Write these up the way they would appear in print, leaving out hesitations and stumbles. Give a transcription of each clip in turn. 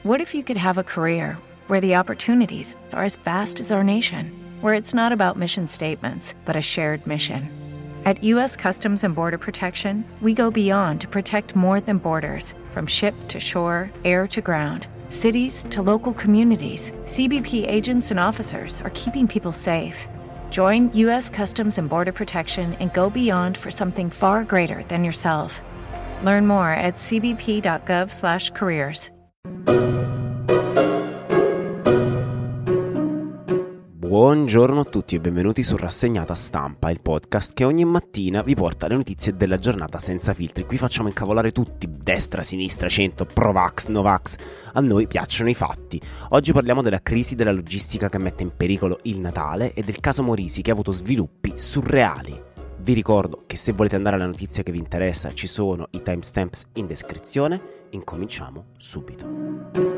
What if you could have a career where the opportunities are as vast as our nation, where it's not about mission statements, but a shared mission? At U.S. Customs and Border Protection, we go beyond to protect more than borders. From ship to shore, air to ground, cities to local communities, CBP agents and officers are keeping people safe. Join U.S. Customs and Border Protection and go beyond for something far greater than yourself. Learn more at cbp.gov/careers. Buongiorno a tutti e benvenuti su Rassegnata Stampa, il podcast che ogni mattina vi porta le notizie della giornata senza filtri. Qui facciamo incavolare tutti, destra, sinistra, centro, pro-vax, no-vax. A noi piacciono i fatti. Oggi parliamo della crisi della logistica che mette in pericolo il Natale e del caso Morisi che ha avuto sviluppi surreali. Vi ricordo che se volete andare alla notizia che vi interessa ci sono i timestamps in descrizione. Incominciamo subito.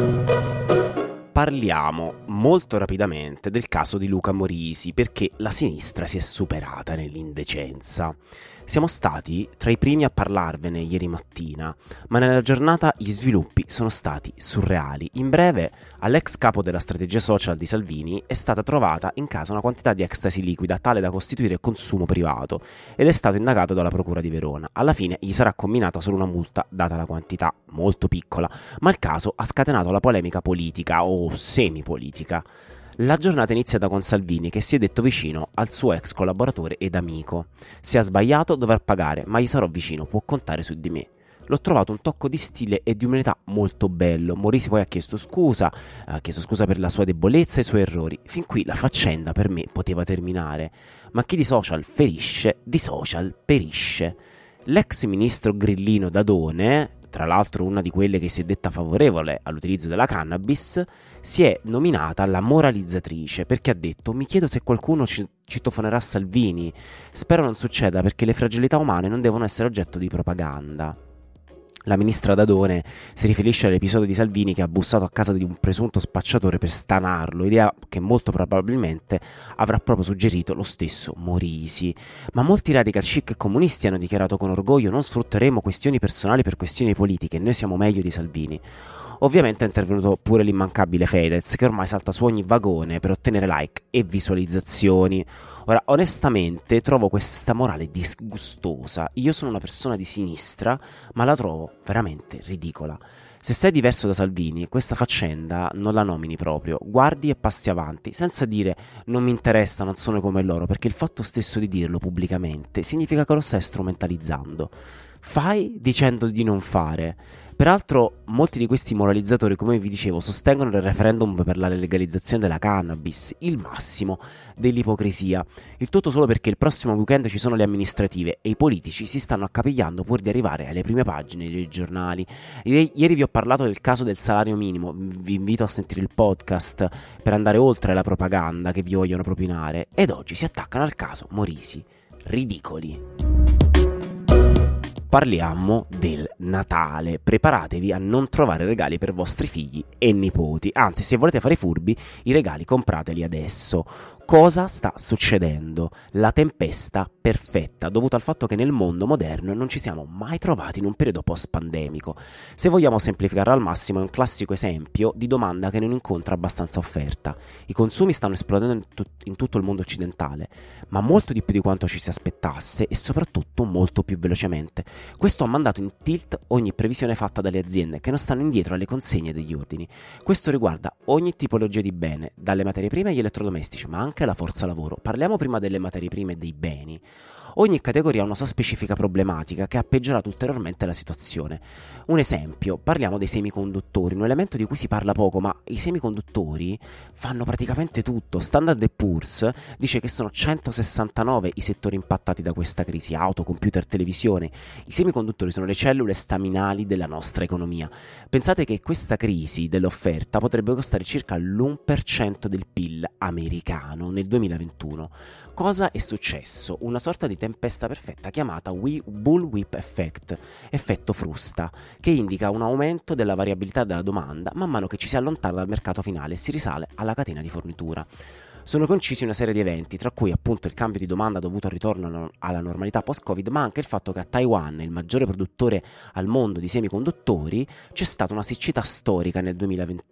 Parliamo molto rapidamente del caso di Luca Morisi perché la sinistra si è superata nell'indecenza. Siamo stati tra i primi a parlarvene ieri mattina, ma nella giornata gli sviluppi sono stati surreali. In breve, all'ex capo della strategia social di Salvini è stata trovata in casa una quantità di ecstasy liquida tale da costituire consumo privato ed è stato indagato dalla procura di Verona. Alla fine gli sarà comminata solo una multa data la quantità molto piccola, ma il caso ha scatenato la polemica politica o semipolitica. La giornata è iniziata con Salvini che si è detto vicino al suo ex collaboratore ed amico. Se ha sbagliato dovrà pagare, ma gli sarò vicino, può contare su di me. L'ho trovato un tocco di stile e di umanità molto bello. Morisi poi ha chiesto scusa per la sua debolezza e i suoi errori. Fin qui la faccenda per me poteva terminare. Ma chi di social ferisce, di social perisce. L'ex ministro grillino Dadone, tra l'altro una di quelle che si è detta favorevole all'utilizzo della cannabis, si è nominata la moralizzatrice perché ha detto: mi chiedo se qualcuno citofonerà Salvini, spero non succeda perché le fragilità umane non devono essere oggetto di propaganda. La ministra Dadone si riferisce all'episodio di Salvini che ha bussato a casa di un presunto spacciatore per stanarlo, idea che molto probabilmente avrà proprio suggerito lo stesso Morisi. Ma molti radical chic comunisti hanno dichiarato con orgoglio: non sfrutteremo questioni personali per questioni politiche, noi siamo meglio di Salvini. Ovviamente è intervenuto pure l'immancabile Fedez, che ormai salta su ogni vagone per ottenere like e visualizzazioni. Ora, onestamente, trovo questa morale disgustosa. Io sono una persona di sinistra, ma la trovo veramente ridicola. Se sei diverso da Salvini, questa faccenda non la nomini proprio. Guardi e passi avanti, senza dire non mi interessa, non sono come loro, perché il fatto stesso di dirlo pubblicamente significa che lo stai strumentalizzando. Fai dicendo di non fare. Peraltro molti di questi moralizzatori, come vi dicevo, sostengono il referendum per la legalizzazione della cannabis, il massimo dell'ipocrisia. Il tutto solo perché il prossimo weekend ci sono le amministrative e i politici si stanno accapigliando pur di arrivare alle prime pagine dei giornali. Ieri vi ho parlato del caso del salario minimo, vi invito a sentire il podcast per andare oltre la propaganda che vi vogliono propinare, ed oggi si attaccano al caso Morisi. Ridicoli. Parliamo del Natale. Preparatevi a non trovare regali per vostri figli e nipoti. Anzi, se volete fare i furbi, i regali comprateli adesso. Cosa sta succedendo? La tempesta perfetta, dovuta al fatto che nel mondo moderno non ci siamo mai trovati in un periodo post-pandemico. Se vogliamo semplificare al massimo, è un classico esempio di domanda che non incontra abbastanza offerta. I consumi stanno esplodendo in tutto il mondo occidentale, ma molto di più di quanto ci si aspettasse e soprattutto molto più velocemente. Questo ha mandato in tilt ogni previsione fatta dalle aziende che non stanno indietro alle consegne degli ordini. Questo riguarda ogni tipologia di bene, dalle materie prime agli elettrodomestici, ma anche la forza lavoro. Parliamo prima delle materie prime e dei beni. Ogni categoria ha una sua specifica problematica che ha peggiorato ulteriormente la situazione. Un esempio, parliamo dei semiconduttori, un elemento di cui si parla poco, ma i semiconduttori fanno praticamente tutto. Standard & Poor's dice che sono 169 i settori impattati da questa crisi: auto, computer, televisione. I semiconduttori sono le cellule staminali della nostra economia. Pensate che questa crisi dell'offerta potrebbe costare circa l'1% del PIL americano nel 2021. Cosa è successo? Una sorta di tempesta perfetta chiamata bullwhip effect, effetto frusta, che indica un aumento della variabilità della domanda man mano che ci si allontana dal mercato finale e si risale alla catena di fornitura. Sono concisi una serie di eventi, tra cui appunto il cambio di domanda dovuto al ritorno alla normalità post-Covid, ma anche il fatto che a Taiwan, il maggiore produttore al mondo di semiconduttori, c'è stata una siccità storica nel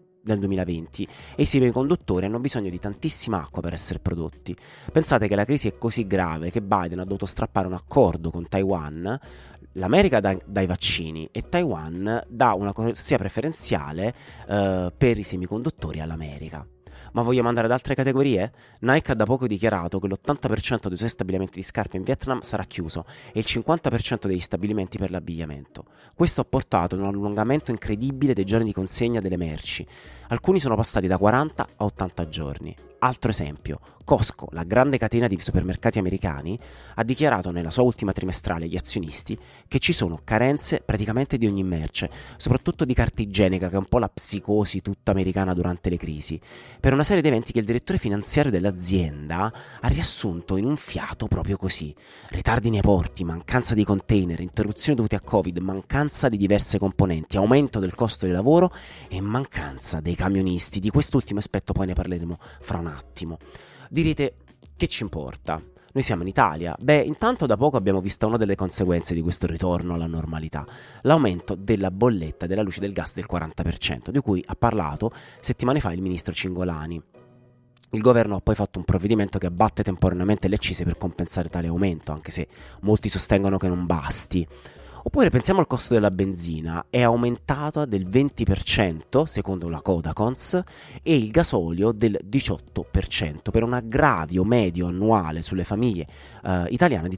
2020 e i semiconduttori hanno bisogno di tantissima acqua per essere prodotti. Pensate che la crisi è così grave che Biden ha dovuto strappare un accordo con Taiwan. L'America dà i vaccini e Taiwan dà una corsia preferenziale per i semiconduttori all'America. Ma vogliamo andare ad altre categorie? Nike ha da poco dichiarato che l'80% dei suoi stabilimenti di scarpe in Vietnam sarà chiuso e il 50% degli stabilimenti per l'abbigliamento. Questo ha portato ad un allungamento incredibile dei giorni di consegna delle merci. Alcuni sono passati da 40 a 80 giorni. Altro esempio, Costco, la grande catena di supermercati americani, ha dichiarato nella sua ultima trimestrale agli azionisti che ci sono carenze praticamente di ogni merce, soprattutto di carta igienica, che è un po' la psicosi tutta americana durante le crisi, per una serie di eventi che il direttore finanziario dell'azienda ha riassunto in un fiato proprio così: ritardi nei porti, mancanza di container, interruzioni dovute a Covid, mancanza di diverse componenti, aumento del costo del lavoro e mancanza dei camionisti. Di quest'ultimo aspetto poi ne parleremo fra un attimo. Direte, che ci importa? Noi siamo in Italia. Beh, intanto da poco abbiamo visto una delle conseguenze di questo ritorno alla normalità: l'aumento della bolletta della luce e del gas del 40%, di cui ha parlato settimane fa il ministro Cingolani. Il governo ha poi fatto un provvedimento che abbatte temporaneamente le accise per compensare tale aumento, anche se molti sostengono che non basti. Oppure pensiamo al costo della benzina: è aumentata del 20% secondo la Codacons e il gasolio del 18%, per un aggravio medio annuale sulle famiglie italiane di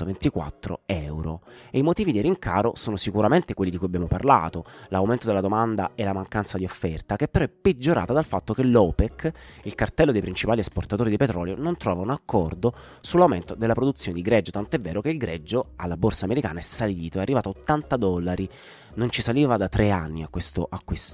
324 euro. E i motivi di rincaro sono sicuramente quelli di cui abbiamo parlato: l'aumento della domanda e la mancanza di offerta, che però è peggiorata dal fatto che l'OPEC, il cartello dei principali esportatori di petrolio, non trova un accordo sull'aumento della produzione di greggio, tant'è vero che il greggio alla borsa americana è salito, è arrivato a $80, non ci saliva da 3 anni a questo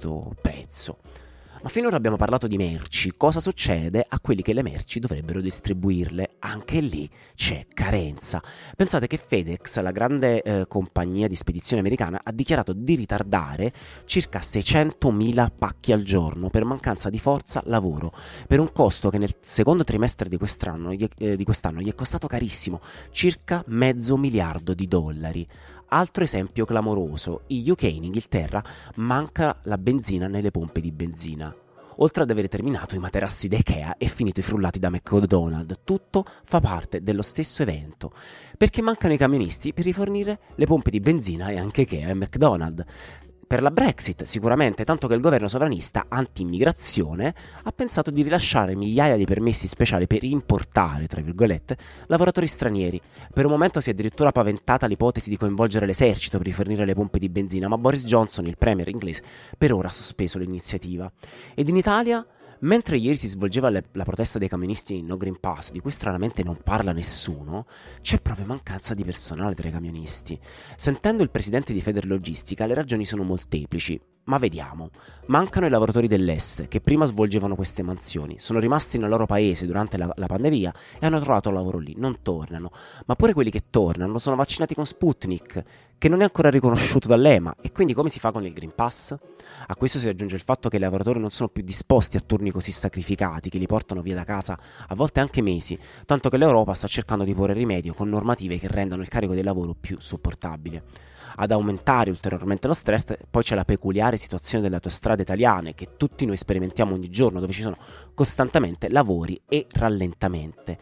prezzo. Ma finora abbiamo parlato di merci. Cosa succede a quelli che le merci dovrebbero distribuirle? Anche lì c'è carenza. Pensate che FedEx, la grande compagnia di spedizione americana, ha dichiarato di ritardare circa 600.000 pacchi al giorno per mancanza di forza lavoro, per un costo che nel secondo trimestre di quest'anno gli è costato carissimo, circa $500 miliardi. Altro esempio clamoroso: in UK, in Inghilterra, manca la benzina nelle pompe di benzina. Oltre ad aver terminato i materassi da Ikea e finito i frullati da McDonald's, tutto fa parte dello stesso evento, perché mancano i camionisti per rifornire le pompe di benzina e anche Ikea e McDonald's. Per la Brexit sicuramente, tanto che il governo sovranista anti-immigrazione ha pensato di rilasciare migliaia di permessi speciali per importare, tra virgolette, lavoratori stranieri. Per un momento si è addirittura paventata l'ipotesi di coinvolgere l'esercito per rifornire le pompe di benzina, ma Boris Johnson, il premier inglese, per ora ha sospeso l'iniziativa. Ed in Italia? Mentre ieri si svolgeva la protesta dei camionisti in No Green Pass, di cui stranamente non parla nessuno, c'è proprio mancanza di personale tra i camionisti. Sentendo il presidente di Federlogistica, le ragioni sono molteplici, ma vediamo. Mancano i lavoratori dell'est, che prima svolgevano queste mansioni, sono rimasti nel loro paese durante la pandemia e hanno trovato lavoro lì, non tornano. Ma pure quelli che tornano sono vaccinati con Sputnik, che non è ancora riconosciuto dall'EMA, e quindi come si fa con il Green Pass? A questo si aggiunge il fatto che i lavoratori non sono più disposti a turni così sacrificati, che li portano via da casa a volte anche mesi, tanto che l'Europa sta cercando di porre rimedio con normative che rendano il carico del lavoro più sopportabile. Ad aumentare ulteriormente lo stress poi c'è la peculiare situazione delle autostrade italiane, che tutti noi sperimentiamo ogni giorno, dove ci sono costantemente lavori e rallentamenti.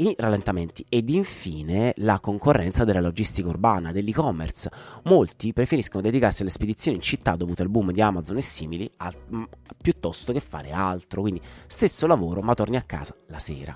Ed infine la concorrenza della logistica urbana, dell'e-commerce. Molti preferiscono dedicarsi alle spedizioni in città dovute al boom di Amazon e simili piuttosto che fare altro, quindi stesso lavoro ma torni a casa la sera.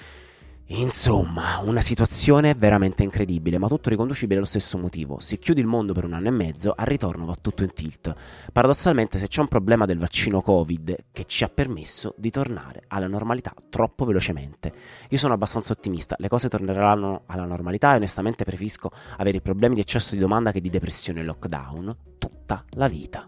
Insomma, una situazione veramente incredibile, ma tutto riconducibile allo stesso motivo: se chiudi il mondo per 1 anno e mezzo, al ritorno va tutto in tilt. Paradossalmente, se c'è un problema del vaccino Covid che ci ha permesso di tornare alla normalità troppo velocemente. Io sono abbastanza ottimista, le cose torneranno alla normalità e onestamente preferisco avere problemi di eccesso di domanda che di depressione e lockdown tutta la vita.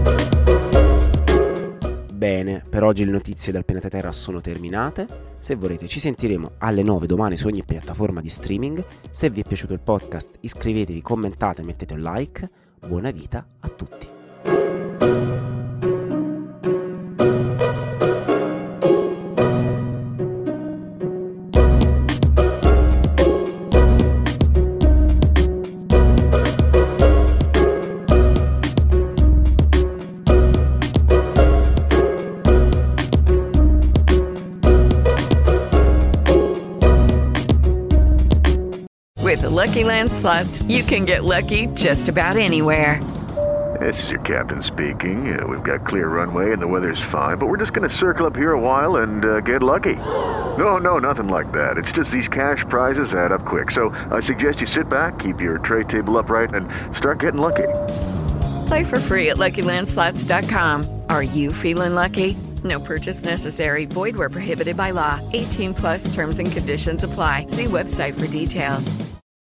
Bene, per oggi le notizie dal pianeta Terra sono terminate. Se volete ci sentiremo alle 9 domani su ogni piattaforma di streaming. Se vi è piaciuto il podcast iscrivetevi, commentate, mettete un like. Buona vita a tutti. Lucky Land Slots, you can get lucky just about anywhere. This is your captain speaking. We've got clear runway and the weather's fine, but we're just going to circle up here a while and get lucky. No, nothing like that. It's just these cash prizes add up quick. So I suggest you sit back, keep your tray table upright, and start getting lucky. Play for free at LuckyLandSlots.com. Are you feeling lucky? No purchase necessary. Void where prohibited by law. 18+ terms and conditions apply. See website for details.